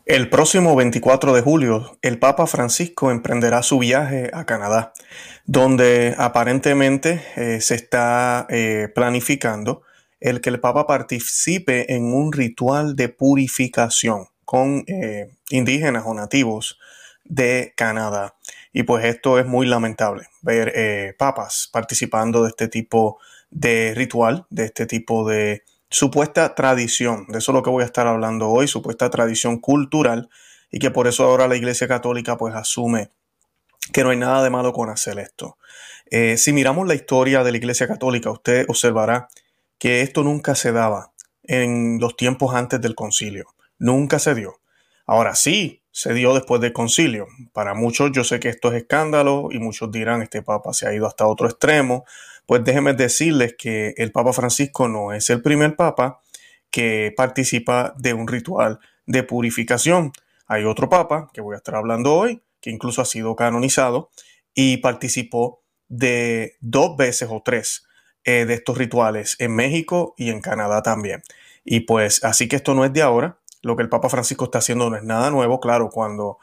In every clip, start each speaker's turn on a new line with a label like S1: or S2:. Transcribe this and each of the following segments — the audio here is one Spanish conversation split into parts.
S1: El próximo 24 de julio, el Papa Francisco emprenderá su viaje a Canadá, donde aparentemente se está planificando el que el Papa participe en un ritual de purificación con indígenas o nativos de Canadá. Y pues esto es muy lamentable, ver papas participando de este tipo de ritual, de este tipo de supuesta tradición, de eso es lo que voy a estar hablando hoy, supuesta tradición cultural, y que por eso ahora la Iglesia Católica pues asume que no hay nada de malo con hacer esto. Si miramos la historia de la Iglesia Católica, usted observará que esto nunca se daba en los tiempos antes del concilio, nunca se dio. Ahora sí, se dio después del concilio. Para muchos yo sé que esto es escándalo y muchos dirán, este papa se ha ido hasta otro extremo. Pues déjenme decirles que el Papa Francisco no es el primer papa que participa de un ritual de purificación. Hay otro papa que voy a estar hablando hoy, que incluso ha sido canonizado y participó de dos veces o tres de estos rituales en México y en Canadá también. Y pues así que esto no es de ahora. Lo que el Papa Francisco está haciendo no es nada nuevo. Claro, cuando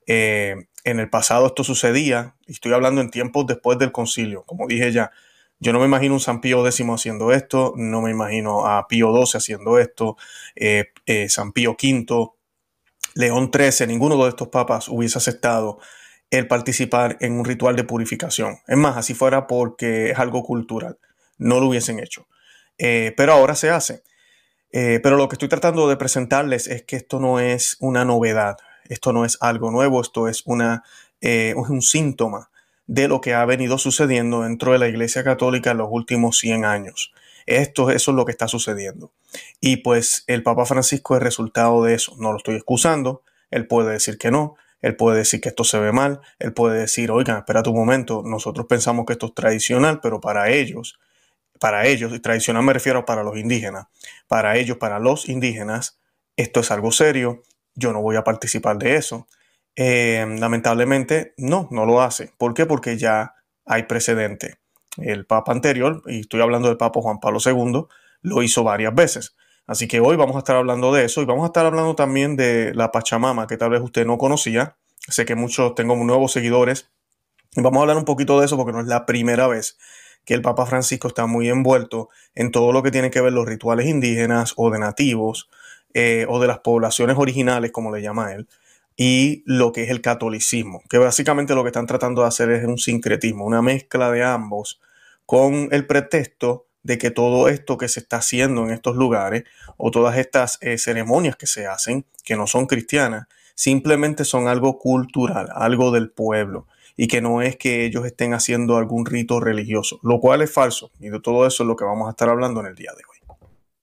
S1: en el pasado esto sucedía, y estoy hablando en tiempos después del concilio, como dije ya, yo no me imagino un San Pío X haciendo esto, no me imagino a Pío XII haciendo esto, San Pío V, León XIII, ninguno de estos papas hubiese aceptado el participar en un ritual de purificación. Es más, así fuera porque es algo cultural, no lo hubiesen hecho. Pero ahora se hace. Pero lo que estoy tratando de presentarles es que esto no es una novedad, esto no es algo nuevo, esto es un síntoma de lo que ha venido sucediendo dentro de la Iglesia Católica en los últimos 100 años. Eso es lo que está sucediendo. Y pues el Papa Francisco es resultado de eso. No lo estoy excusando, él puede decir que no, él puede decir que esto se ve mal, él puede decir, oigan, espérate un momento, nosotros pensamos que esto es tradicional, pero para ellos, y tradicional me refiero para los indígenas, para ellos, para los indígenas, esto es algo serio, yo no voy a participar de eso. Lamentablemente, no lo hace. ¿Por qué? Porque ya hay precedente. El Papa anterior, y estoy hablando del Papa Juan Pablo II, lo hizo varias veces. Así que hoy vamos a estar hablando de eso y vamos a estar hablando también de la Pachamama, que tal vez usted no conocía. Sé que tengo nuevos seguidores y vamos a hablar un poquito de eso porque no es la primera vez que el Papa Francisco está muy envuelto en todo lo que tiene que ver los rituales indígenas o de nativos o de las poblaciones originales, como le llama él, y lo que es el catolicismo, que básicamente lo que están tratando de hacer es un sincretismo, una mezcla de ambos, con el pretexto de que todo esto que se está haciendo en estos lugares o todas estas ceremonias que se hacen, que no son cristianas, simplemente son algo cultural, algo del pueblo y que no es que ellos estén haciendo algún rito religioso, lo cual es falso. Y de todo eso es lo que vamos a estar hablando en el día de hoy.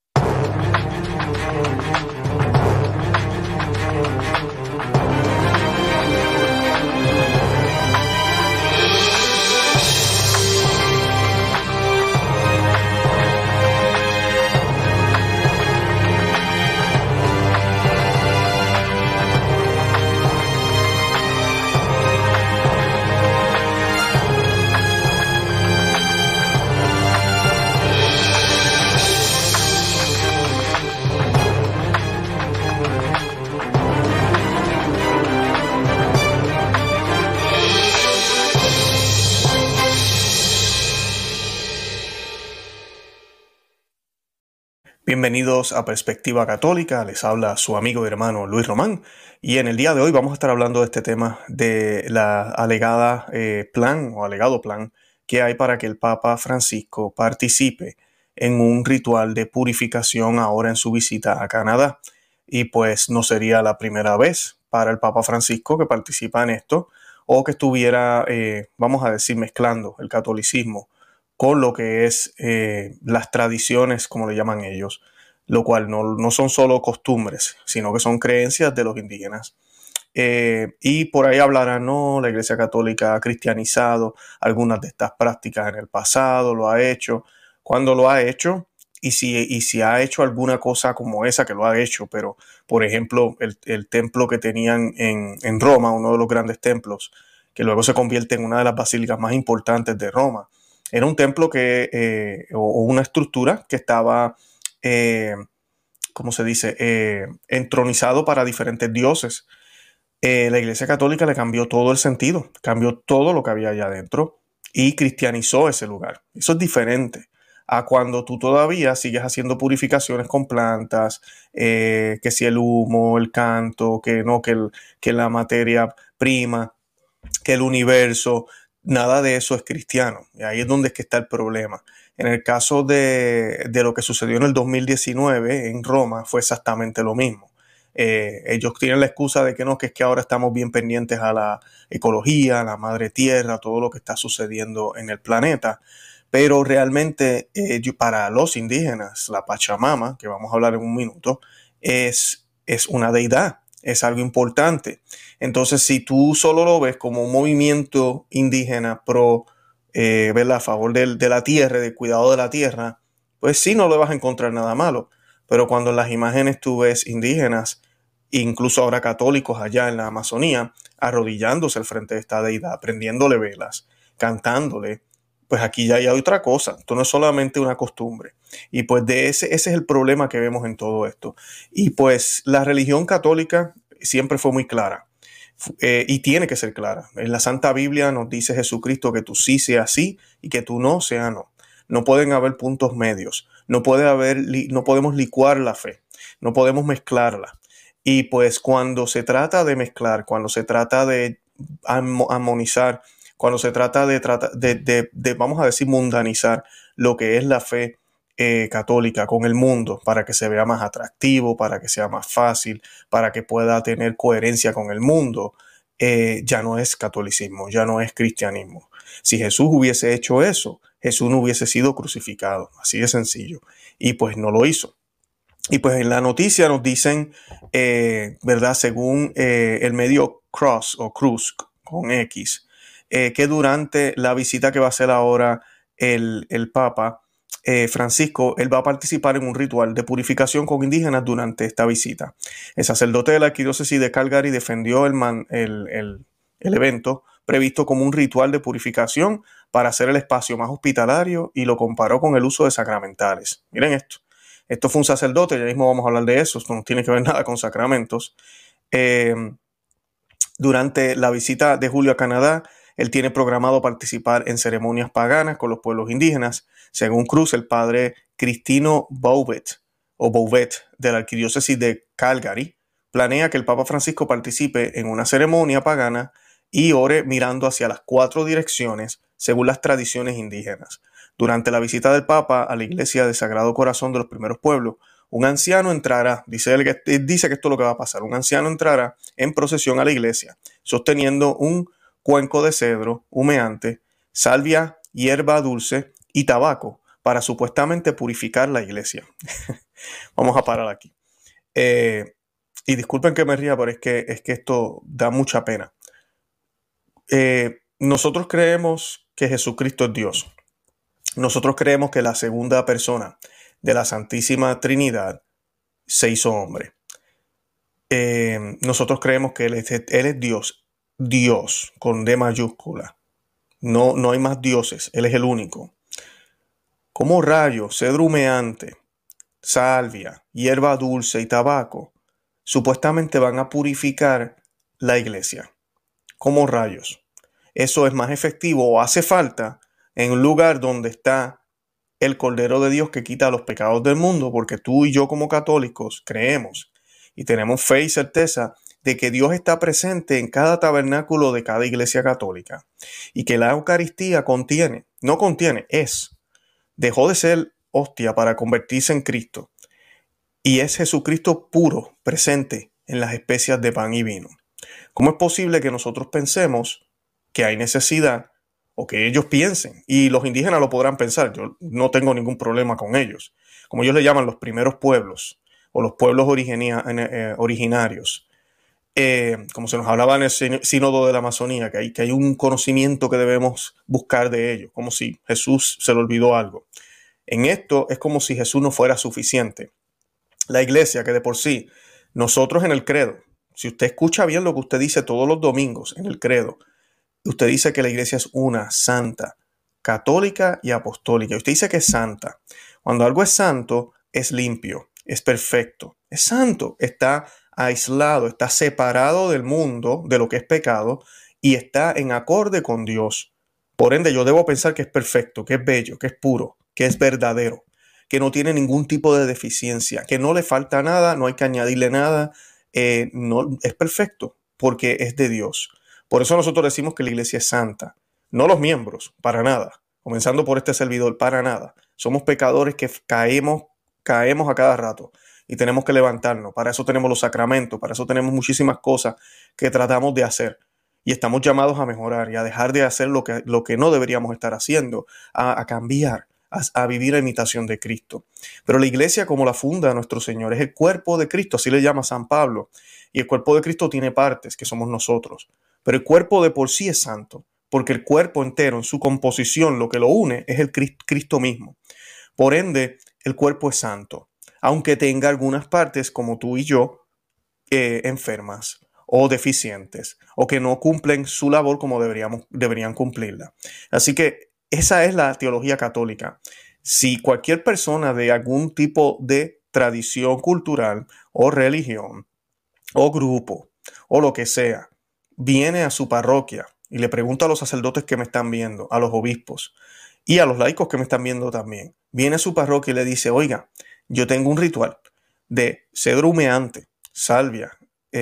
S1: Bienvenidos a Perspectiva Católica, les habla su amigo y hermano Luis Román y en el día de hoy vamos a estar hablando de este tema de la alegada plan o alegado plan que hay para que el Papa Francisco participe en un ritual de purificación ahora en su visita a Canadá. Y pues no sería la primera vez para el Papa Francisco que participa en esto o que estuviera, vamos a decir, mezclando el catolicismo con lo que es las tradiciones, como le llaman ellos, lo cual no son solo costumbres, sino que son creencias de los indígenas. Y por ahí hablarán, no, la Iglesia Católica ha cristianizado algunas de estas prácticas en el pasado, lo ha hecho, cuando lo ha hecho, y si ha hecho alguna cosa como esa que lo ha hecho, pero por ejemplo, el templo que tenían en Roma, uno de los grandes templos, que luego se convierte en una de las basílicas más importantes de Roma, era un templo o una estructura que estaba ¿cómo se dice? Entronizado para diferentes dioses. La Iglesia Católica le cambió todo el sentido, cambió todo lo que había allá adentro y cristianizó ese lugar. Eso es diferente a cuando tú todavía sigues haciendo purificaciones con plantas, que si el humo, el canto, que la materia prima, que el universo, nada de eso es cristiano. Y ahí es donde es que está el problema. En el caso de lo que sucedió en el 2019 en Roma, fue exactamente lo mismo. Ellos tienen la excusa de que no, que es que ahora estamos bien pendientes a la ecología, a la madre tierra, todo lo que está sucediendo en el planeta. Pero realmente para los indígenas, la Pachamama, que vamos a hablar en un minuto, es una deidad, es algo importante. Entonces, si tú solo lo ves como un movimiento indígena ¿verdad? A favor de la tierra, del cuidado de la tierra, pues sí, no le vas a encontrar nada malo. Pero cuando en las imágenes tú ves indígenas, incluso ahora católicos allá en la Amazonía, arrodillándose al frente de esta deidad, prendiéndole velas, cantándole, pues aquí ya hay otra cosa. Esto no es solamente una costumbre. Y pues ese es el problema que vemos en todo esto. Y pues la religión católica siempre fue muy clara. Y tiene que ser clara. En la Santa Biblia nos dice Jesucristo que tú sí sea sí y que tú no sea no. No pueden haber puntos medios. No podemos licuar la fe. No podemos mezclarla. Y pues cuando se trata de mezclar, cuando se trata de armonizar, cuando se trata de, vamos a decir, mundanizar lo que es la fe católica con el mundo para que se vea más atractivo, para que sea más fácil, para que pueda tener coherencia con el mundo, ya no es catolicismo, ya no es cristianismo. Si Jesús hubiese hecho eso, Jesús no hubiese sido crucificado, así de sencillo, y pues no lo hizo. Y pues en la noticia nos dicen, ¿verdad? Según el medio Cross o Cruz con X, que durante la visita que va a hacer ahora el Papa Francisco, él va a participar en un ritual de purificación con indígenas durante esta visita. El sacerdote de la arquidiócesis de Calgary defendió el evento previsto como un ritual de purificación para hacer el espacio más hospitalario y lo comparó con el uso de sacramentales. Miren esto. Esto fue un sacerdote, ya mismo vamos a hablar de eso, esto no tiene que ver nada con sacramentos. Durante la visita de Julio a Canadá, él tiene programado participar en ceremonias paganas con los pueblos indígenas. Según Cruz, el padre Cristino Bouvet de la arquidiócesis de Calgary planea que el Papa Francisco participe en una ceremonia pagana y ore mirando hacia las 4 direcciones según las tradiciones indígenas. Durante la visita del Papa a la iglesia del Sagrado Corazón de los Primeros Pueblos, un anciano entrará, dice que esto es lo que va a pasar, un anciano entrará en procesión a la iglesia, sosteniendo un cuenco de cedro humeante, salvia, hierba dulce y tabaco para supuestamente purificar la iglesia. Vamos a parar aquí. Y disculpen que me ría, pero es que esto da mucha pena. Nosotros creemos que Jesucristo es Dios. Nosotros creemos que la segunda persona de la Santísima Trinidad se hizo hombre. Nosotros creemos que Él es Dios, Dios con D mayúscula. No hay más dioses, Él es el único. ¿Cómo rayos, cedro humeante, salvia, hierba dulce y tabaco supuestamente van a purificar la iglesia? ¿Cómo rayos? Eso es más efectivo o hace falta en un lugar donde está el Cordero de Dios que quita los pecados del mundo, porque tú y yo como católicos creemos y tenemos fe y certeza de que Dios está presente en cada tabernáculo de cada iglesia católica y que la Eucaristía dejó de ser hostia para convertirse en Cristo y es Jesucristo puro presente en las especias de pan y vino. ¿Cómo es posible que nosotros pensemos que hay necesidad o que ellos piensen? Y los indígenas lo podrán pensar, yo no tengo ningún problema con ellos. Como ellos le llaman los primeros pueblos o los pueblos originarios. Como se nos hablaba en el sínodo de la Amazonía, que hay un conocimiento que debemos buscar de ellos, como si Jesús se le olvidó algo. En esto es como si Jesús no fuera suficiente. La iglesia, que de por sí, nosotros en el credo, si usted escucha bien lo que usted dice todos los domingos en el credo, usted dice que la iglesia es una, santa, católica y apostólica. Usted dice que es santa. Cuando algo es santo, es limpio, es perfecto, es santo, está aislado, está separado del mundo, de lo que es pecado, y está en acorde con Dios. Por ende, yo debo pensar que es perfecto, que es bello, que es puro, que es verdadero, que no tiene ningún tipo de deficiencia, que no le falta nada, no hay que añadirle nada, no, es perfecto porque es de Dios. Por eso nosotros decimos que la iglesia es santa, no los miembros, para nada, comenzando por este servidor, para nada. Somos pecadores que caemos a cada rato y tenemos que levantarnos. Para eso tenemos los sacramentos, para eso tenemos muchísimas cosas que tratamos de hacer. Y estamos llamados a mejorar y a dejar de hacer lo que no deberíamos estar haciendo, a cambiar, a vivir a imitación de Cristo. Pero la iglesia, como la funda nuestro Señor, es el cuerpo de Cristo, así le llama San Pablo. Y el cuerpo de Cristo tiene partes, que somos nosotros. Pero el cuerpo de por sí es santo, porque el cuerpo entero, en su composición, lo que lo une es el Cristo mismo. Por ende, el cuerpo es santo, aunque tenga algunas partes, como tú y yo, enfermas o deficientes, o que no cumplen su labor como deberían cumplirla. Así que esa es la teología católica. Si cualquier persona de algún tipo de tradición cultural o religión o grupo o lo que sea viene a su parroquia y le pregunta a los sacerdotes que me están viendo, a los obispos y a los laicos que me están viendo también, viene a su parroquia y le dice, oiga, yo tengo un ritual de cedro humeante, salvia,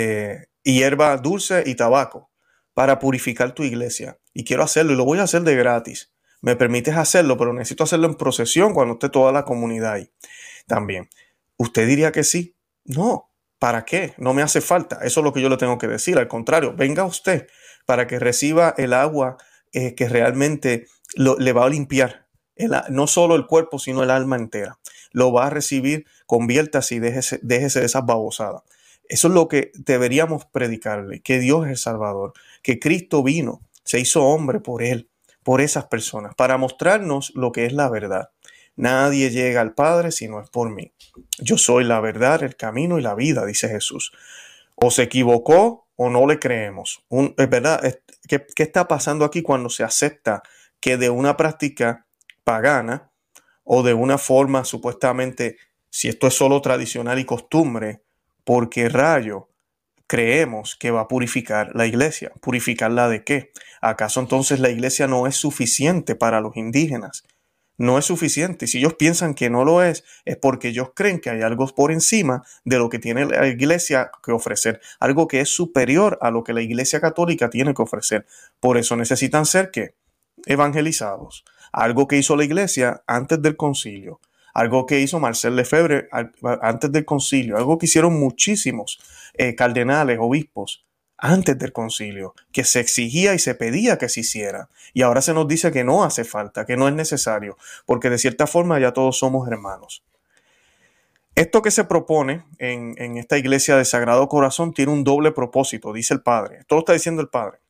S1: hierba dulce y tabaco para purificar tu iglesia. Y quiero hacerlo y lo voy a hacer de gratis. Me permites hacerlo, pero necesito hacerlo en procesión cuando esté toda la comunidad ahí. También, ¿usted diría que sí? No. ¿Para qué? No me hace falta. Eso es lo que yo le tengo que decir. Al contrario, venga usted para que reciba el agua que realmente le va a limpiar. No solo el cuerpo, sino el alma entera. Lo va a recibir, conviértase y déjese de esas babosadas. Eso es lo que deberíamos predicarle, que Dios es el Salvador, que Cristo vino, se hizo hombre por él, por esas personas, para mostrarnos lo que es la verdad. Nadie llega al Padre si no es por mí. Yo soy la verdad, el camino y la vida, dice Jesús. O se equivocó o no le creemos. Es verdad, ¿qué está pasando aquí cuando se acepta que de una práctica pagana o de una forma supuestamente, si esto es solo tradicional y costumbre, ¿por qué rayo creemos que va a purificar la iglesia? ¿Purificarla de qué? ¿Acaso entonces la iglesia no es suficiente para los indígenas? No es suficiente. Si ellos piensan que no lo es porque ellos creen que hay algo por encima de lo que tiene la iglesia que ofrecer, algo que es superior a lo que la iglesia católica tiene que ofrecer. Por eso necesitan ser, ¿qué? Evangelizados. Algo que hizo la iglesia antes del concilio, algo que hizo Marcel Lefebvre antes del concilio, algo que hicieron muchísimos cardenales, obispos, antes del concilio, que se exigía y se pedía que se hiciera. Y ahora se nos dice que no hace falta, que no es necesario, porque de cierta forma ya todos somos hermanos. Esto que se propone en esta iglesia de Sagrado Corazón tiene un doble propósito, dice el Padre. Esto lo está diciendo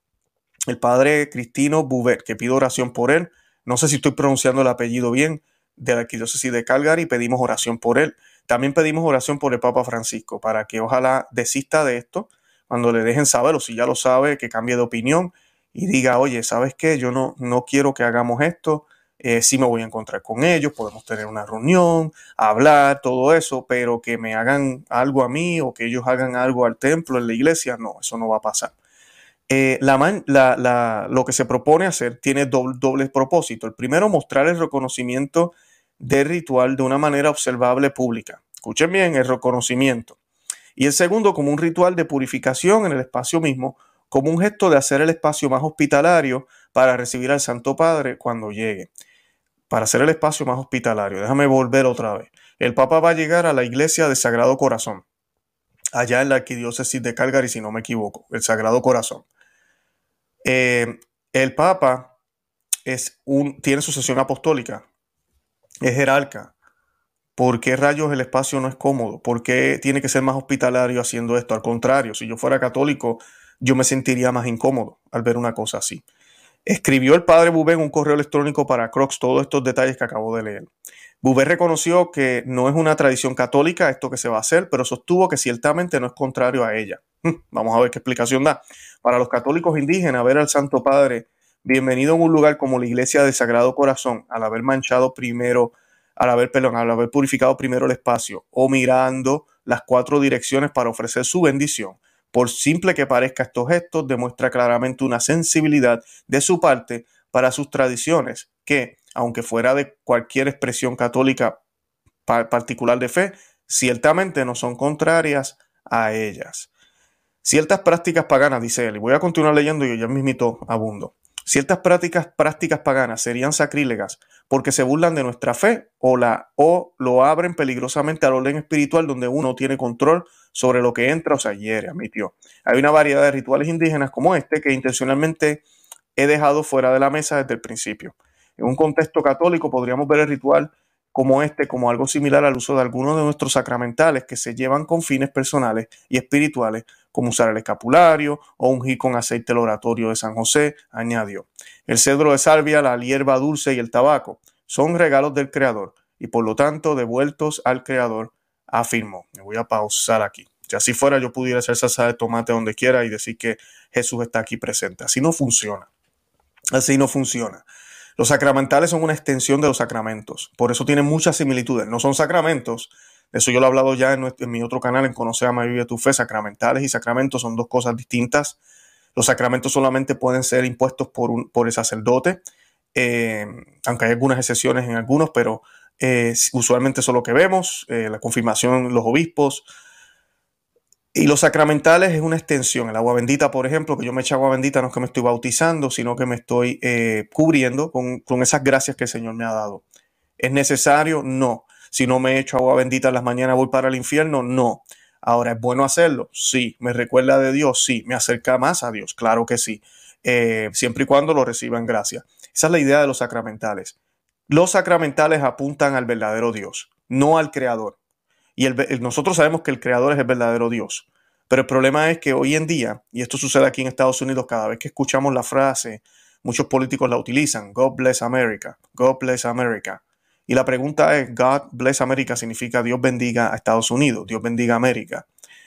S1: el Padre Cristino Bouvet, que pido oración por él. No sé si estoy pronunciando el apellido bien, de la Arquidiócesis de Calgary, pedimos oración por él. También pedimos oración por el Papa Francisco, para que ojalá desista de esto, cuando le dejen saber, o si ya lo sabe, que cambie de opinión y diga, oye, ¿sabes qué? Yo no quiero que hagamos esto, sí me voy a encontrar con ellos, podemos tener una reunión, hablar, todo eso, pero que me hagan algo a mí o que ellos hagan algo al templo, en la iglesia, no, eso no va a pasar. Lo que se propone hacer tiene doble propósito. El primero, mostrar el reconocimiento del ritual de una manera observable pública. Escuchen bien, el reconocimiento. Y el segundo, como un ritual de purificación en el espacio mismo, como un gesto de hacer el espacio más hospitalario para recibir al Santo Padre cuando llegue. Para hacer el espacio más hospitalario. Déjame volver otra vez. El Papa va a llegar a la iglesia de Sagrado Corazón, allá en la Arquidiócesis de Calgary, si no me equivoco, el Sagrado Corazón. El Papa tiene sucesión apostólica, es jerarca. ¿Por qué rayos el espacio no es cómodo? ¿Por qué tiene que ser más hospitalario haciendo esto? Al contrario, si yo fuera católico, yo me sentiría más incómodo al ver una cosa así. Escribió el padre Bouvet en un correo electrónico para Crocs todos estos detalles que acabo de leer. Bouvet reconoció que no es una tradición católica esto que se va a hacer, pero sostuvo que ciertamente no es contrario a ella. Vamos a ver qué explicación da. Para los católicos indígenas, ver al Santo Padre bienvenido en un lugar como la iglesia del Sagrado Corazón, al haber manchado primero al haber purificado primero el espacio, o mirando las 4 direcciones para ofrecer su bendición. Por simple que parezca, estos gestos demuestra claramente una sensibilidad de su parte para sus tradiciones, que, aunque fuera de cualquier expresión católica particular de fe, ciertamente no son contrarias a ellas. Ciertas prácticas paganas, dice él, y voy a continuar leyendo y yo ya mismito abundo. Ciertas prácticas paganas serían sacrílegas porque se burlan de nuestra fe o lo abren peligrosamente al orden espiritual donde uno tiene control sobre lo que entra o se hiere, admitió. Hay una variedad de rituales indígenas como este que intencionalmente he dejado fuera de la mesa desde el principio. En un contexto católico podríamos ver el ritual como este como algo similar al uso de algunos de nuestros sacramentales que se llevan con fines personales y espirituales, como usar el escapulario o ungir con aceite el oratorio de San José, añadió. El cedro de salvia, la hierba dulce y el tabaco son regalos del Creador y por lo tanto devueltos al Creador, afirmó. Me voy a pausar aquí. Si así fuera, yo pudiera hacer salsa de tomate donde quiera y decir que Jesús está aquí presente. Así no funciona. Así no funciona. Los sacramentales son una extensión de los sacramentos. Por eso tienen muchas similitudes. No son sacramentos. De eso yo lo he hablado ya en mi otro canal, en Conoce, Ama y Vive tu Fe. Sacramentales y sacramentos son 2 cosas distintas. Los sacramentos solamente pueden ser impuestos por el sacerdote, aunque hay algunas excepciones en algunos, pero usualmente eso es lo que vemos. La confirmación, los obispos. Y los sacramentales es una extensión. El agua bendita, por ejemplo, que yo me echo agua bendita, no es que me estoy bautizando, sino que me estoy cubriendo con esas gracias que el Señor me ha dado. ¿Es necesario? No. Si no me echo agua bendita en las mañanas, ¿voy para el infierno? No. Ahora, ¿es bueno hacerlo? Sí. ¿Me recuerda de Dios? Sí. ¿Me acerca más a Dios? Claro que sí. Siempre y cuando lo reciba en gracia. Esa es la idea de los sacramentales. Los sacramentales apuntan al verdadero Dios, no al Creador. Y nosotros sabemos que el Creador es el verdadero Dios. Pero el problema es que hoy en día, y esto sucede aquí en Estados Unidos, cada vez que escuchamos la frase, muchos políticos la utilizan, God bless America, God bless America. Y la pregunta es, God bless America significa Dios bendiga a Estados Unidos, Dios bendiga a América.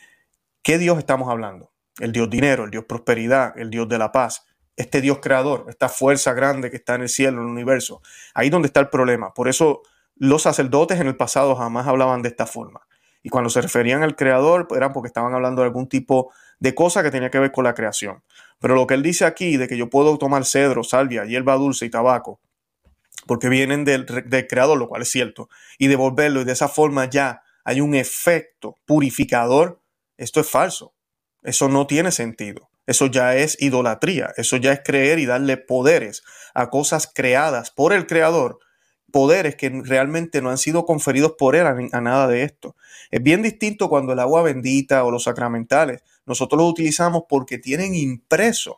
S1: ¿Qué Dios estamos hablando? El Dios dinero, el Dios prosperidad, el Dios de la paz. Este Dios creador, esta fuerza grande que está en el cielo, en el universo. Ahí es donde está el problema. Por eso los sacerdotes en el pasado jamás hablaban de esta forma. Y cuando se referían al creador, eran porque estaban hablando de algún tipo de cosa que tenía que ver con la creación. Pero lo que él dice aquí, de que yo puedo tomar cedro, salvia, hierba dulce y tabaco, porque vienen del creador, lo cual es cierto, y devolverlo, y de esa forma ya hay un efecto purificador, esto es falso. Eso no tiene sentido. Eso ya es idolatría. Eso ya es creer y darle poderes a cosas creadas por el creador, poderes que realmente no han sido conferidos por él a nada de esto. Es bien distinto cuando el agua bendita o los sacramentales, nosotros los utilizamos porque tienen impreso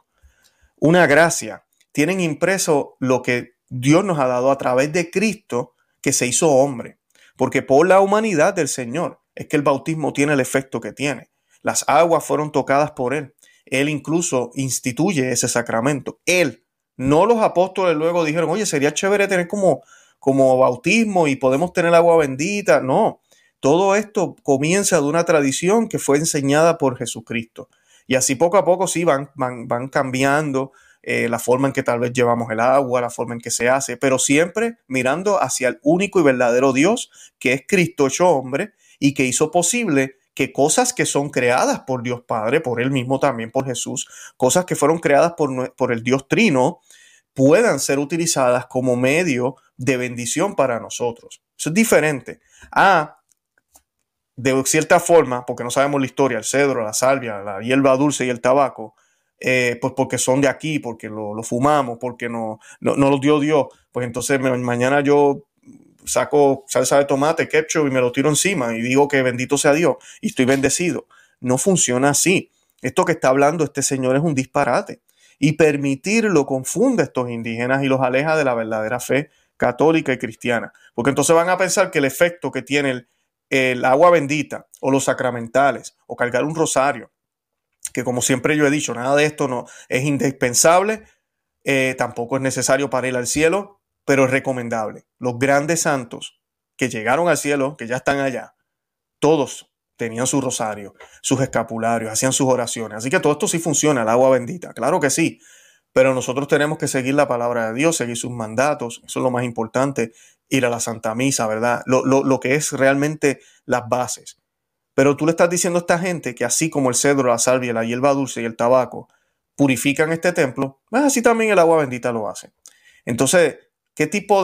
S1: una gracia, tienen impreso lo que Dios nos ha dado a través de Cristo que se hizo hombre. Porque por la humanidad del Señor es que el bautismo tiene el efecto que tiene. Las aguas fueron tocadas por Él. Él incluso instituye ese sacramento. Él, no los apóstoles luego dijeron, oye, sería chévere tener como bautismo y podemos tener agua bendita. No, todo esto comienza de una tradición que fue enseñada por Jesucristo. Y así poco a poco sí van cambiando la forma en que tal vez llevamos el agua, la forma en que se hace, pero siempre mirando hacia el único y verdadero Dios, que es Cristo hecho hombre y que hizo posible que cosas que son creadas por Dios Padre, por Él mismo también, por Jesús, cosas que fueron creadas por el Dios Trino, puedan ser utilizadas como medio de bendición para nosotros. Eso es diferente a, de cierta forma, porque no sabemos la historia, el cedro, la salvia, la hierba dulce y el tabaco, pues porque son de aquí, porque lo fumamos, porque no los dio Dios, pues entonces mañana yo saco salsa de tomate, ketchup y me lo tiro encima y digo que bendito sea Dios y estoy bendecido. No funciona así. Esto que está hablando este señor es un disparate. Y permitirlo confunde a estos indígenas y los aleja de la verdadera fe católica y cristiana. Porque entonces van a pensar que el efecto que tiene el agua bendita o los sacramentales o cargar un rosario, que como siempre yo he dicho, nada de esto no es indispensable, tampoco es necesario para ir al cielo, pero es recomendable. Los grandes santos que llegaron al cielo, que ya están allá, todos tenían su rosario, sus escapularios, hacían sus oraciones. Así que todo esto sí funciona, el agua bendita, claro que sí. Pero nosotros tenemos que seguir la palabra de Dios, seguir sus mandatos, eso es lo más importante. ir a la Santa Misa, ¿verdad? Lo que es realmente las bases. Pero tú le estás diciendo a esta gente que así como el cedro, la salvia, la hierba dulce y el tabaco purifican este templo, pues así también el agua bendita lo hace. Entonces, ¿qué tipo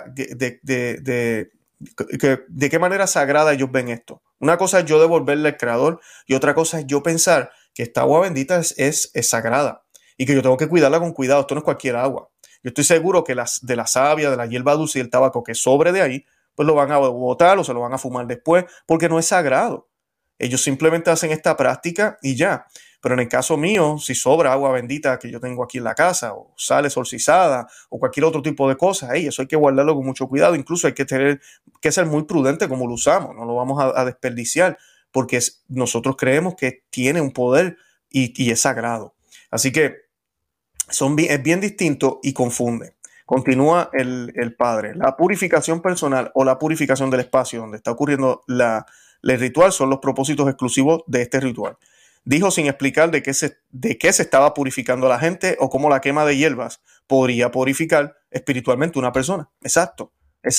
S1: de qué manera sagrada ellos ven esto? Una cosa es yo devolverle al Creador y otra cosa es yo pensar que esta agua bendita es sagrada y que yo tengo que cuidarla con cuidado. Esto no es cualquier agua. Yo estoy seguro que de la savia, de la hierba dulce y el tabaco que sobre de ahí, pues lo van a botar o se lo van a fumar después porque no es sagrado. Ellos simplemente hacen esta práctica y ya. Pero en el caso mío, si sobra agua bendita que yo tengo aquí en la casa, o sal exorcizada, o cualquier otro tipo de cosas, eso hay que guardarlo con mucho cuidado. Incluso hay que ser muy prudente como lo usamos. No lo vamos a desperdiciar, porque nosotros creemos que tiene un poder y es sagrado. Así que es bien distinto y confunde. Continúa el padre. La purificación personal o la purificación del espacio donde está ocurriendo el ritual son los propósitos exclusivos de este ritual. Dijo sin explicar de qué se estaba purificando la gente o cómo la quema de hierbas podría purificar espiritualmente una persona. Exacto.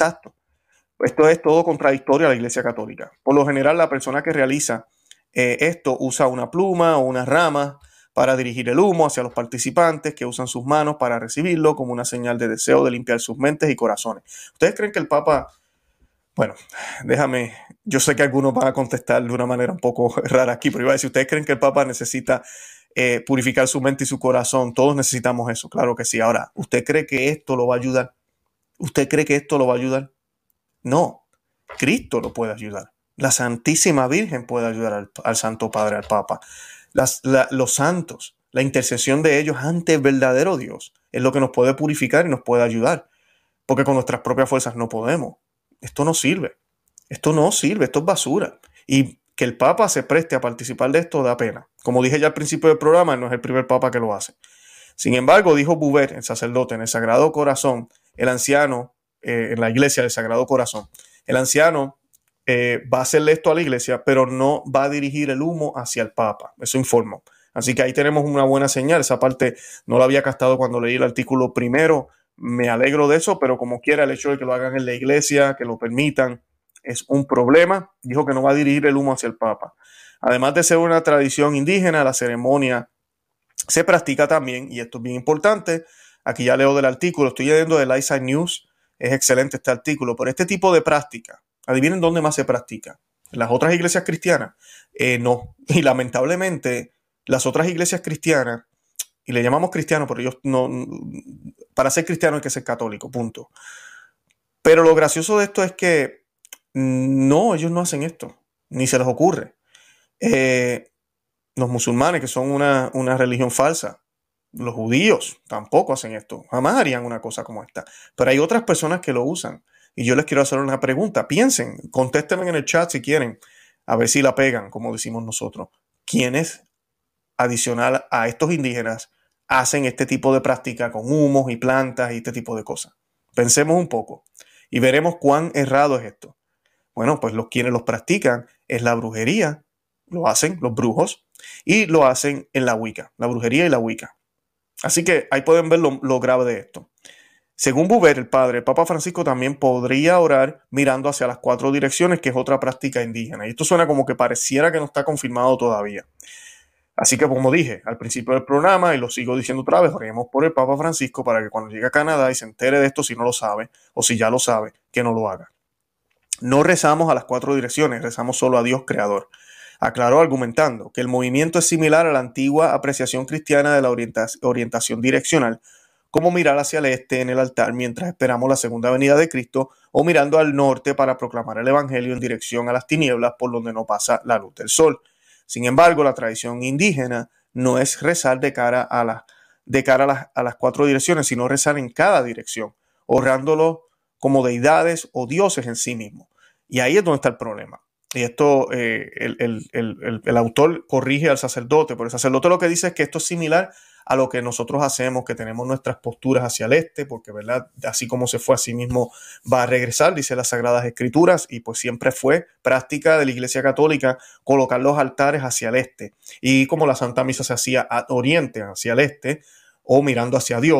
S1: Esto es todo contradictorio a la Iglesia Católica. Por lo general, la persona que realiza esto usa una pluma o una rama para dirigir el humo hacia los participantes que usan sus manos para recibirlo como una señal de deseo de limpiar sus mentes y corazones. ¿Ustedes creen que el Papa... Bueno, yo sé que algunos van a contestar de una manera un poco rara aquí, pero iba a decir, ¿ustedes creen que el Papa necesita purificar su mente y su corazón? Todos necesitamos eso, claro que sí. Ahora, ¿usted cree que esto lo va a ayudar? ¿Usted cree que esto lo va a ayudar? No, Cristo lo puede ayudar. La Santísima Virgen puede ayudar al Santo Padre, al Papa. Los santos, la intercesión de ellos ante el verdadero Dios es lo que nos puede purificar y nos puede ayudar. Porque con nuestras propias fuerzas no podemos. Esto no sirve. Esto es basura. Y que el Papa se preste a participar de esto da pena. Como dije ya al principio del programa, no es el primer Papa que lo hace. Sin embargo, dijo Boubet, el sacerdote, en el Sagrado Corazón, el anciano, en la iglesia del Sagrado Corazón, el anciano va a hacerle esto a la iglesia, pero no va a dirigir el humo hacia el Papa. Eso informó. Así que ahí tenemos una buena señal. Esa parte no la había captado cuando leí el artículo primero. Me alegro de eso, pero como quiera, el hecho de que lo hagan en la iglesia, que lo permitan, es un problema. Dijo que no va a dirigir el humo hacia el Papa. Además de ser una tradición indígena, la ceremonia se practica también, y esto es bien importante. Aquí ya leo del artículo, estoy leyendo de Lightside News. Es excelente este artículo, pero este tipo de práctica, adivinen dónde más se practica. ¿En las otras iglesias cristianas? No. Y lamentablemente, las otras iglesias cristianas, y le llamamos cristianos, pero ellos no, para ser cristiano hay que ser católico, punto. Pero lo gracioso de esto es que no, ellos no hacen esto, ni se les ocurre. Los musulmanes, que son una religión falsa, los judíos tampoco hacen esto, jamás harían una cosa como esta. Pero hay otras personas que lo usan. Y yo les quiero hacer una pregunta. Piensen, contéstenme en el chat si quieren, a ver si la pegan, como decimos nosotros. ¿Quiénes, adicional a estos indígenas, hacen este tipo de práctica con humos y plantas y este tipo de cosas? Pensemos un poco y veremos cuán errado es esto. Bueno, pues quienes los practican es la brujería, lo hacen los brujos, y lo hacen en la Wicca, la brujería y la Wicca. Así que ahí pueden ver lo grave de esto. Según Boubet, el Papa Francisco también podría orar mirando hacia las 4 direcciones, que es otra práctica indígena. Y esto suena como que pareciera que no está confirmado todavía. Así que, como dije al principio del programa, y lo sigo diciendo otra vez, oremos por el Papa Francisco para que cuando llegue a Canadá y se entere de esto, si no lo sabe, o si ya lo sabe, que no lo haga. No rezamos a las 4 direcciones, rezamos solo a Dios Creador. Aclaró argumentando que el movimiento es similar a la antigua apreciación cristiana de la orientación direccional, como mirar hacia el este en el altar mientras esperamos la segunda venida de Cristo, o mirando al norte para proclamar el Evangelio en dirección a las tinieblas por donde no pasa la luz del sol. Sin embargo, la tradición indígena no es rezar de cara a las 4 direcciones, sino rezar en cada dirección, honrándolo como deidades o dioses en sí mismos. Y ahí es donde está el problema. Y esto, el autor corrige al sacerdote, pero el sacerdote lo que dice es que esto es similar a lo que nosotros hacemos, que tenemos nuestras posturas hacia el este, porque, ¿verdad?, así como se fue, así mismo va a regresar, dice las Sagradas Escrituras, y pues siempre fue práctica de la Iglesia Católica colocar los altares hacia el este. Y como la Santa Misa se hacía a oriente, hacia el este, o mirando hacia Dios,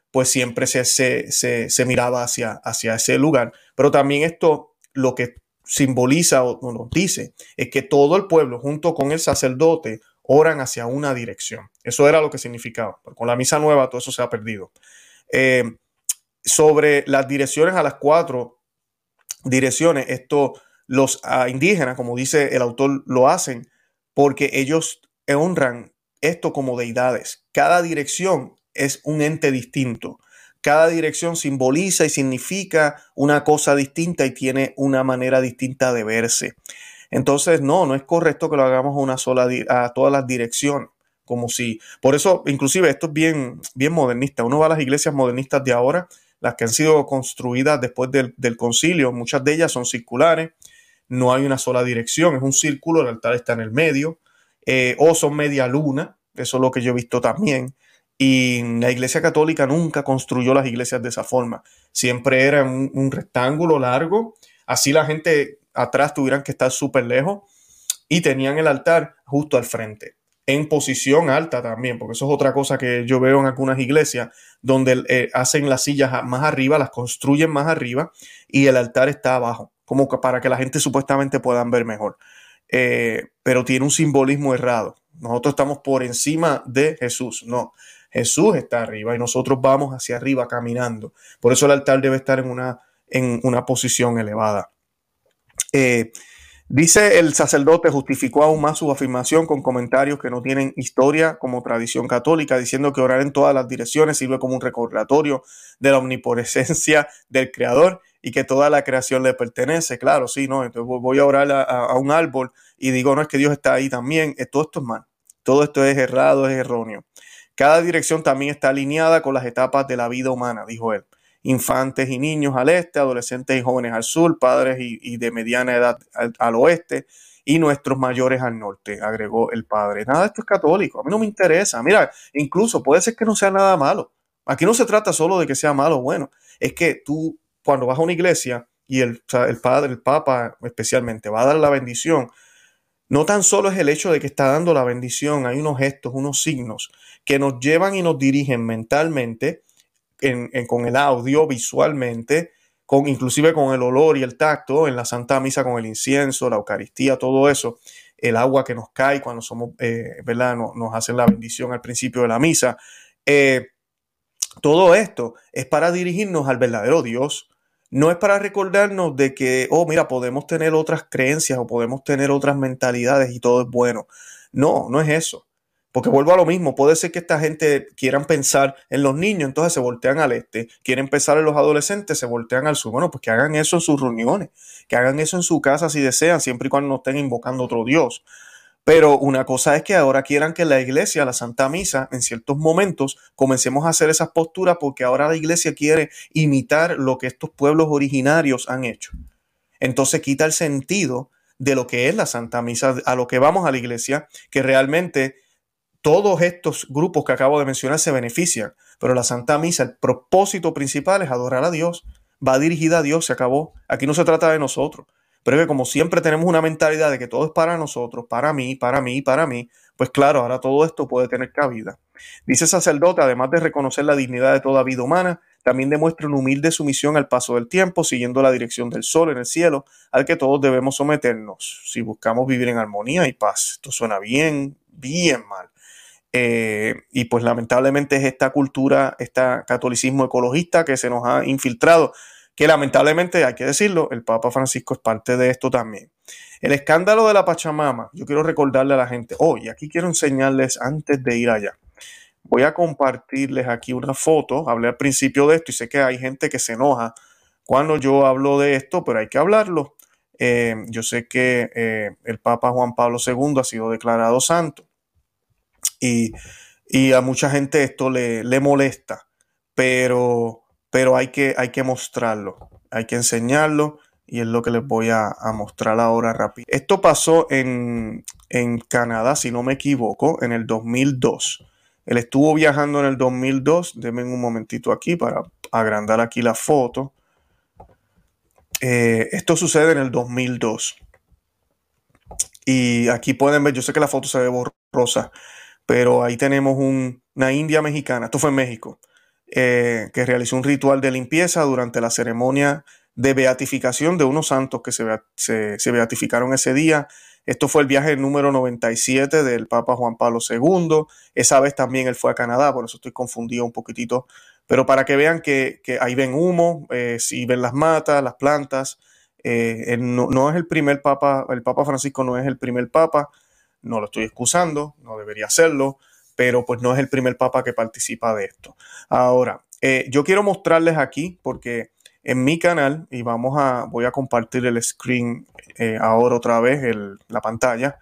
S1: pues siempre se miraba hacia ese lugar. Pero también esto lo que simboliza o nos dice es que todo el pueblo junto con el sacerdote oran hacia una dirección. Eso era lo que significaba. Pero con la misa nueva todo eso se ha perdido. Eh, sobre las direcciones a las 4 direcciones, esto los indígenas, como dice el autor, lo hacen porque ellos honran esto como deidades. Cada dirección es un ente distinto. Cada dirección simboliza y significa una cosa distinta y tiene una manera distinta de verse. Entonces, no es correcto que lo hagamos a todas las direcciones. Como si, por eso, inclusive, esto es bien, bien modernista. Uno va a las iglesias modernistas de ahora, las que han sido construidas después del concilio, muchas de ellas son circulares, no hay una sola dirección, es un círculo, el altar está en el medio, o son media luna, eso es lo que yo he visto también. Y la Iglesia Católica nunca construyó las iglesias de esa forma, siempre era un rectángulo largo, así la gente atrás tuvieran que estar súper lejos y tenían el altar justo al frente, en posición alta también, porque eso es otra cosa que yo veo en algunas iglesias, donde hacen las sillas más arriba, las construyen más arriba y el altar está abajo, como para que la gente supuestamente puedan ver mejor. Pero tiene un simbolismo errado. Nosotros estamos por encima de Jesús, no. Jesús está arriba y nosotros vamos hacia arriba caminando. Por eso el altar debe estar en una posición elevada. Dice el sacerdote, justificó aún más su afirmación con comentarios que no tienen historia como tradición católica, diciendo que orar en todas las direcciones sirve como un recordatorio de la omnipresencia del Creador y que toda la creación le pertenece. Claro, sí, ¿no? Entonces voy a orar a un árbol y digo, no, es que Dios está ahí también. Todo esto es mal. Todo esto es errado, es erróneo. Cada dirección también está alineada con las etapas de la vida humana, dijo él. Infantes y niños al este, adolescentes y jóvenes al sur, padres y de mediana edad al oeste y nuestros mayores al norte, agregó el padre. Nada de esto es católico, a mí no me interesa. Mira, incluso puede ser que no sea nada malo. Aquí no se trata solo de que sea malo o bueno, es que tú cuando vas a una iglesia y el padre, el papa especialmente, va a dar la bendición, no tan solo es el hecho de que está dando la bendición, hay unos gestos, unos signos que nos llevan y nos dirigen mentalmente con el audio, visualmente, inclusive con el olor y el tacto, en la Santa Misa con el incienso, la Eucaristía, todo eso, el agua que nos cae cuando somos, ¿verdad? Nos hacen la bendición al principio de la misa. Todo esto es para dirigirnos al verdadero Dios. No es para recordarnos de que, mira, podemos tener otras creencias o podemos tener otras mentalidades y todo es bueno. No es eso. Porque vuelvo a lo mismo, puede ser que esta gente quieran pensar en los niños, entonces se voltean al este, quieren pensar en los adolescentes, se voltean al sur. Bueno, pues que hagan eso en sus reuniones, que hagan eso en su casa si desean, siempre y cuando no estén invocando a otro Dios. Pero una cosa es que ahora quieran que la iglesia, la Santa Misa, en ciertos momentos comencemos a hacer esas posturas porque ahora la iglesia quiere imitar lo que estos pueblos originarios han hecho. Entonces quita el sentido de lo que es la Santa Misa, a lo que vamos a la iglesia, que realmente todos estos grupos que acabo de mencionar se benefician, pero la Santa Misa, el propósito principal es adorar a Dios, va dirigida a Dios, se acabó. Aquí no se trata de nosotros, pero es que como siempre tenemos una mentalidad de que todo es para nosotros, para mí, para mí, para mí, pues claro, ahora todo esto puede tener cabida. Dice el sacerdote, además de reconocer la dignidad de toda vida humana, también demuestra una humilde sumisión al paso del tiempo, siguiendo la dirección del sol en el cielo, al que todos debemos someternos, si buscamos vivir en armonía y paz. Esto suena bien, bien mal. Y pues lamentablemente es esta cultura, este catolicismo ecologista que se nos ha infiltrado, que lamentablemente, hay que decirlo, el Papa Francisco es parte de esto también. El escándalo de la Pachamama, yo quiero recordarle a la gente, y aquí quiero enseñarles antes de ir allá. Voy a compartirles aquí una foto, hablé al principio de esto y sé que hay gente que se enoja cuando yo hablo de esto, pero hay que hablarlo. Yo sé que el Papa Juan Pablo II ha sido declarado santo. Y a mucha gente esto le molesta, pero hay que mostrarlo, hay que enseñarlo y es lo que les voy a mostrar ahora rápido. Esto pasó en Canadá, si no me equivoco, en el 2002. Él estuvo viajando en el 2002. Denme un momentito aquí para agrandar aquí la foto. Esto sucede en el 2002. Y aquí pueden ver, yo sé que la foto se ve borrosa, pero ahí tenemos una india mexicana, esto fue en México, que realizó un ritual de limpieza durante la ceremonia de beatificación de unos santos que se beatificaron ese día. Esto fue el viaje número 97 del Papa Juan Pablo II. Esa vez también él fue a Canadá, por eso estoy confundido un poquitito. Pero para que vean que ahí ven humo, si ven las matas, las plantas. No es el primer Papa, el Papa Francisco no es el primer Papa, no lo estoy excusando, no debería hacerlo, pero pues no es el primer Papa que participa de esto. Ahora, yo quiero mostrarles aquí, porque en mi canal, y voy a compartir el screen ahora otra vez, la pantalla.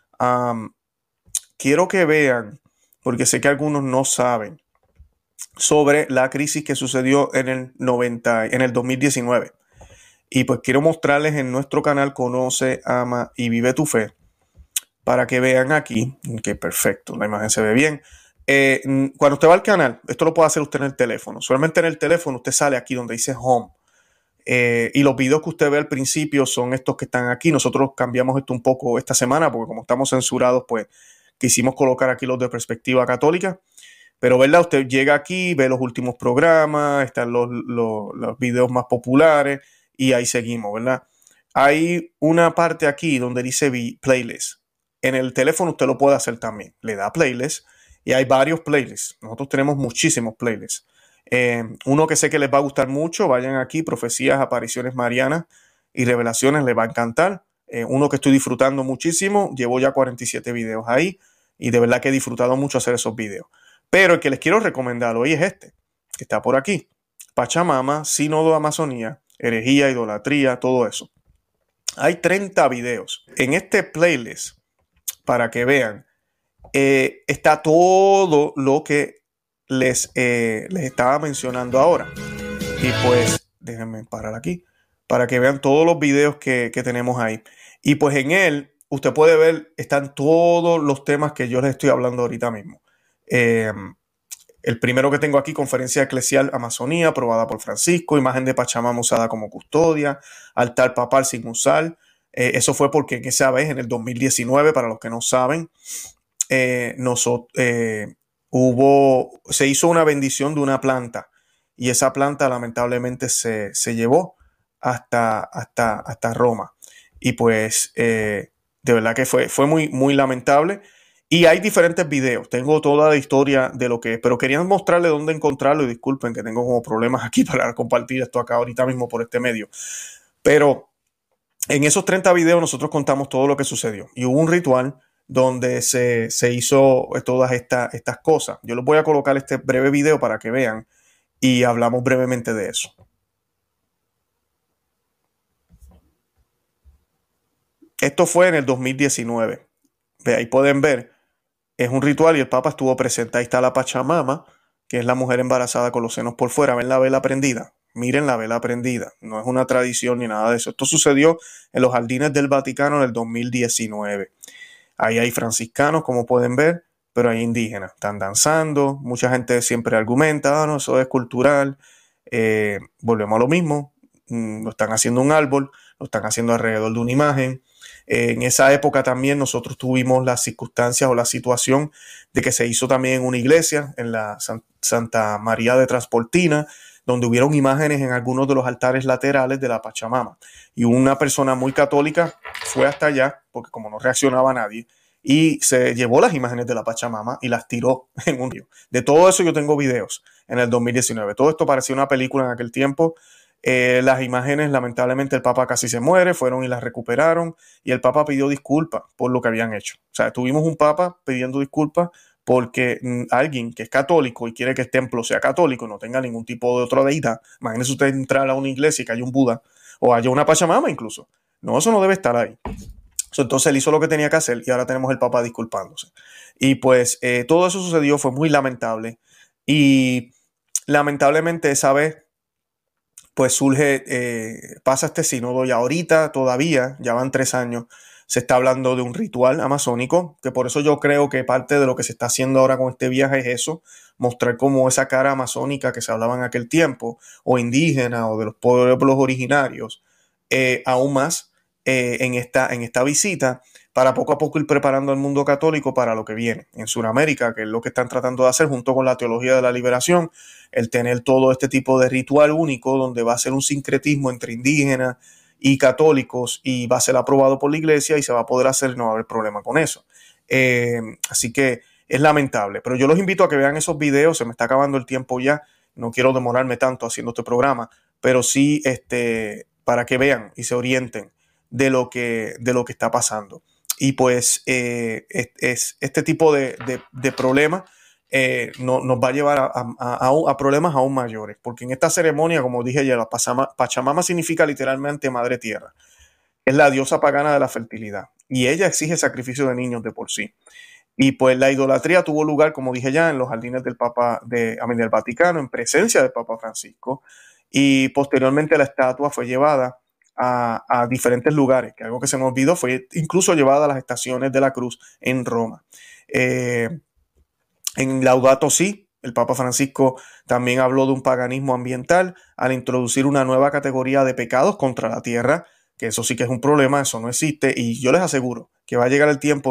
S1: Quiero que vean, porque sé que algunos no saben, sobre la crisis que sucedió en el 2019. Y pues quiero mostrarles en nuestro canal Conoce, Ama y Vive tu Fe, para que vean aquí, que perfecto, la imagen se ve bien. Cuando usted va al canal, esto lo puede hacer usted en el teléfono. Solamente en el teléfono usted sale aquí donde dice Home. Y los videos que usted ve al principio son estos que están aquí. Nosotros cambiamos esto un poco esta semana porque como estamos censurados, pues quisimos colocar aquí los de Perspectiva Católica. Pero, ¿verdad? Usted llega aquí, ve los últimos programas, están los videos más populares y ahí seguimos, ¿verdad? Hay una parte aquí donde dice Playlist. En el teléfono usted lo puede hacer también. Le da Playlist y hay varios playlists. Nosotros tenemos muchísimos playlists. Uno que sé que les va a gustar mucho, vayan aquí, Profecías, Apariciones Marianas y Revelaciones, les va a encantar. Uno que estoy disfrutando muchísimo, llevo ya 47 videos ahí y de verdad que he disfrutado mucho hacer esos videos. Pero el que les quiero recomendar hoy es este, que está por aquí. Pachamama, Sínodo Amazonía, herejía, idolatría, todo eso. Hay 30 videos. En este playlist, para que vean, está todo lo que les estaba mencionando ahora. Y pues, déjenme parar aquí, para que vean todos los videos que tenemos ahí. Y pues en él, usted puede ver, están todos los temas que yo les estoy hablando ahorita mismo. El primero que tengo aquí, Conferencia Eclesial Amazonía, aprobada por Francisco, imagen de Pachamama usada como custodia, altar papal sin usar. Eso fue porque en esa vez, en el 2019, para los que no saben, se hizo una bendición de una planta y esa planta lamentablemente se llevó hasta Roma. Y pues de verdad que fue muy, muy lamentable. Y hay diferentes videos. Tengo toda la historia de lo que es, pero quería mostrarle dónde encontrarlo y disculpen que tengo como problemas aquí para compartir esto acá ahorita mismo por este medio. Pero en esos 30 videos nosotros contamos todo lo que sucedió. Y hubo un ritual donde se hizo todas estas cosas. Yo les voy a colocar este breve video para que vean y hablamos brevemente de eso. Esto fue en el 2019. Ahí pueden ver, es un ritual y el Papa estuvo presente. Ahí está la Pachamama, que es la mujer embarazada con los senos por fuera. ¿Ven la vela prendida? Miren la vela prendida. No es una tradición ni nada de eso. Esto sucedió en los jardines del Vaticano en el 2019. Ahí hay franciscanos, como pueden ver, pero hay indígenas. Están danzando. Mucha gente siempre argumenta, no, eso es cultural. Volvemos a lo mismo. Lo están haciendo un árbol, lo están haciendo alrededor de una imagen. En esa época también nosotros tuvimos las circunstancias o la situación de que se hizo también en una iglesia, en la Santa María de Transportina, donde hubieron imágenes en algunos de los altares laterales de la Pachamama. Y una persona muy católica fue hasta allá, porque como no reaccionaba nadie, y se llevó las imágenes de la Pachamama y las tiró en un río. De todo eso yo tengo videos en el 2019. Todo esto parecía una película en aquel tiempo. Las imágenes, lamentablemente el Papa casi se muere, fueron y las recuperaron y el Papa pidió disculpas por lo que habían hecho. O sea, tuvimos un Papa pidiendo disculpas porque alguien que es católico y quiere que el templo sea católico y no tenga ningún tipo de otra deidad, imagínese usted entrar a una iglesia y que haya un Buda o haya una Pachamama incluso. No, eso no debe estar ahí. Entonces él hizo lo que tenía que hacer y ahora tenemos el Papa disculpándose. Y pues todo eso sucedió, fue muy lamentable y lamentablemente esa vez pues pasa este sínodo y ahorita todavía, ya van 3 años, se está hablando de un ritual amazónico, que por eso yo creo que parte de lo que se está haciendo ahora con este viaje es eso, mostrar como esa cara amazónica que se hablaba en aquel tiempo, o indígena, o de los pueblos originarios, aún más en esta visita, para poco a poco ir preparando al mundo católico para lo que viene en Sudamérica, que es lo que están tratando de hacer junto con la teología de la liberación, el tener todo este tipo de ritual único donde va a ser un sincretismo entre indígenas y católicos y va a ser aprobado por la iglesia y se va a poder hacer, no va a haber problema con eso. Así que es lamentable, pero yo los invito a que vean esos videos, se me está acabando el tiempo ya, no quiero demorarme tanto haciendo este programa, pero sí para que vean y se orienten de lo que está pasando. Y pues este tipo de problemas nos va a llevar a problemas aún mayores, porque en esta ceremonia, como dije ya, la Pachamama significa literalmente Madre Tierra, es la diosa pagana de la fertilidad, y ella exige sacrificio de niños de por sí. Y pues la idolatría tuvo lugar, como dije ya, en los jardines del Vaticano, en presencia del Papa Francisco, y posteriormente la estatua fue llevada a diferentes lugares, que algo que se me olvidó fue incluso llevada a las estaciones de la cruz en Roma. Eh, en Laudato Si, el Papa Francisco también habló de un paganismo ambiental al introducir una nueva categoría de pecados contra la tierra, que eso sí que es un problema, eso no existe, y yo les aseguro que va a llegar el tiempo,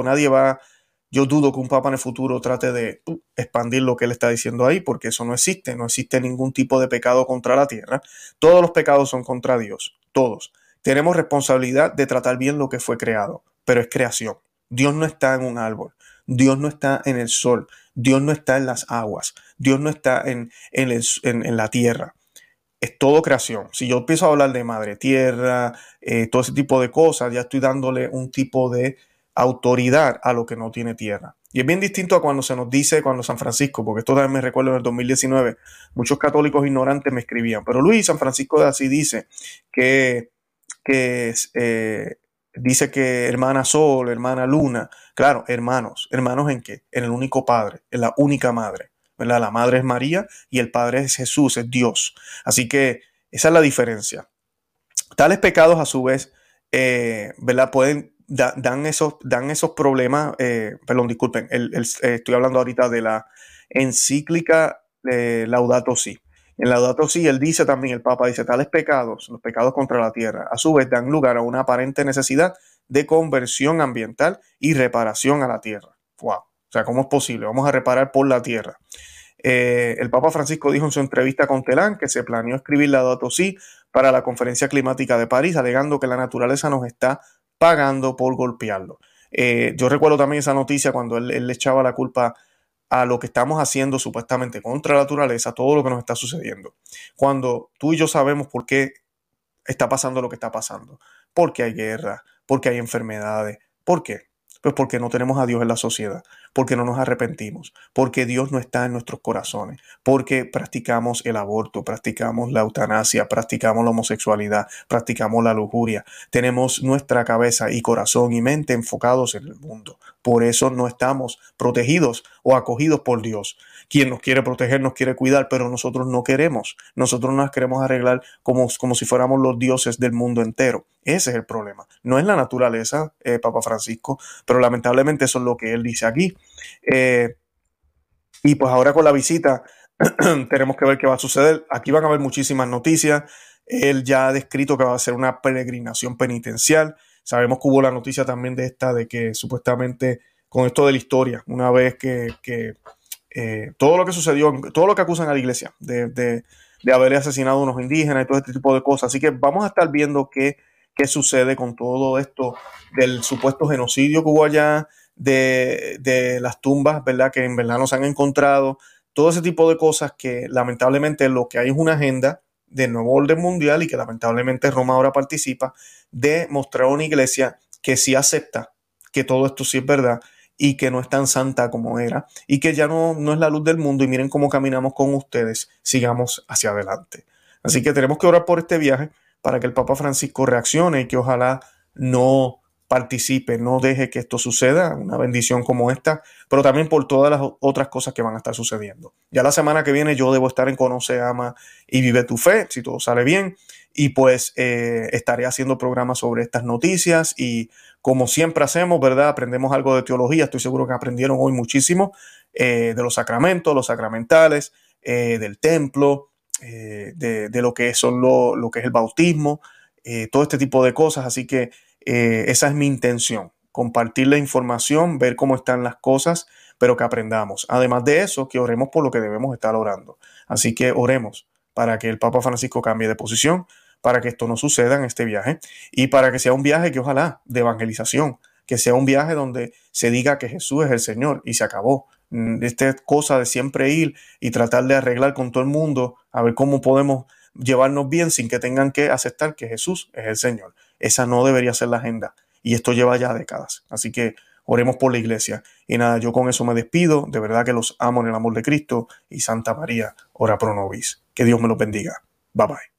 S1: yo dudo que un papa en el futuro trate de expandir lo que él está diciendo ahí, porque eso no existe, no existe ningún tipo de pecado contra la tierra, todos los pecados son contra Dios, todos. Tenemos responsabilidad de tratar bien lo que fue creado, pero es creación. Dios no está en un árbol, Dios no está en el sol, Dios no está en las aguas, Dios no está en la tierra. Es todo creación. Si yo empiezo a hablar de madre tierra, todo ese tipo de cosas, ya estoy dándole un tipo de autoridad a lo que no tiene tierra. Y es bien distinto a cuando se nos dice, cuando San Francisco, porque esto también me recuerdo en el 2019, muchos católicos ignorantes me escribían, pero Luis, San Francisco de Asís dice que, que dice que hermana Sol, hermana Luna, claro, hermanos, hermanos ¿en qué? En el único Padre, en la única Madre, ¿verdad? La Madre es María y el Padre es Jesús, es Dios. Así que esa es la diferencia. Tales pecados a su vez, ¿verdad? Dan esos problemas, perdón, disculpen, estoy hablando ahorita de la encíclica Laudato Si. En Laudato Si, él dice también, el Papa dice, tales pecados, los pecados contra la tierra, a su vez dan lugar a una aparente necesidad de conversión ambiental y reparación a la tierra. Wow. O sea, ¿cómo es posible? Vamos a reparar por la tierra. El Papa Francisco dijo en su entrevista con Telán que se planeó escribir Laudato Si para la conferencia climática de París, alegando que la naturaleza nos está pagando por golpearlo. Yo recuerdo también esa noticia cuando él le echaba la culpa a lo que estamos haciendo supuestamente contra la naturaleza, todo lo que nos está sucediendo. Cuando tú y yo sabemos por qué está pasando lo que está pasando, porque hay guerra, porque hay enfermedades, ¿por qué? Pues porque no tenemos a Dios en la sociedad, porque no nos arrepentimos, porque Dios no está en nuestros corazones, porque practicamos el aborto, practicamos la eutanasia, practicamos la homosexualidad, practicamos la lujuria. Tenemos nuestra cabeza y corazón y mente enfocados en el mundo. Por eso no estamos protegidos o acogidos por Dios. Quien nos quiere proteger, nos quiere cuidar, pero nosotros no queremos. Nosotros nos queremos arreglar como si fuéramos los dioses del mundo entero. Ese es el problema. No es la naturaleza, Papa Francisco, pero lamentablemente eso es lo que él dice aquí. Y pues ahora con la visita tenemos que ver qué va a suceder. Aquí van a haber muchísimas noticias. Él ya ha descrito que va a ser una peregrinación penitencial. Sabemos que hubo la noticia también de que supuestamente con esto de la historia, una vez que todo lo que sucedió, todo lo que acusan a la iglesia de haber asesinado a unos indígenas y todo este tipo de cosas. Así que vamos a estar viendo qué sucede con todo esto del supuesto genocidio que hubo allá, de las tumbas, ¿verdad? Que en verdad nos han encontrado, todo ese tipo de cosas que lamentablemente lo que hay es una agenda de nuevo orden mundial y que lamentablemente Roma ahora participa de mostrar a una iglesia que sí acepta que todo esto sí es verdad y que no es tan santa como era y que ya no es la luz del mundo y miren cómo caminamos con ustedes, sigamos hacia adelante. Así que tenemos que orar por este viaje para que el Papa Francisco reaccione y que ojalá no participe, no deje que esto suceda, una bendición como esta, pero también por todas las otras cosas que van a estar sucediendo. Ya la semana que viene yo debo estar en Conoce, Ama y Vive tu Fe, si todo sale bien, y pues estaré haciendo programas sobre estas noticias y como siempre hacemos, ¿verdad? Aprendemos algo de teología, estoy seguro que aprendieron hoy muchísimo de los sacramentos, los sacramentales, del templo, de lo que son lo que es el bautismo, todo este tipo de cosas, así que esa es mi intención, compartir la información, ver cómo están las cosas, pero que aprendamos. Además de eso, que oremos por lo que debemos estar orando. Así que oremos para que el Papa Francisco cambie de posición, para que esto no suceda en este viaje y para que sea un viaje que ojalá de evangelización, que sea un viaje donde se diga que Jesús es el Señor y se acabó. Esta cosa de siempre ir y tratar de arreglar con todo el mundo a ver cómo podemos llevarnos bien sin que tengan que aceptar que Jesús es el Señor. Esa no debería ser la agenda y esto lleva ya décadas. Así que oremos por la iglesia. Y nada, yo con eso me despido. De verdad que los amo en el amor de Cristo y Santa María, ora pro nobis. Que Dios me los bendiga. Bye bye.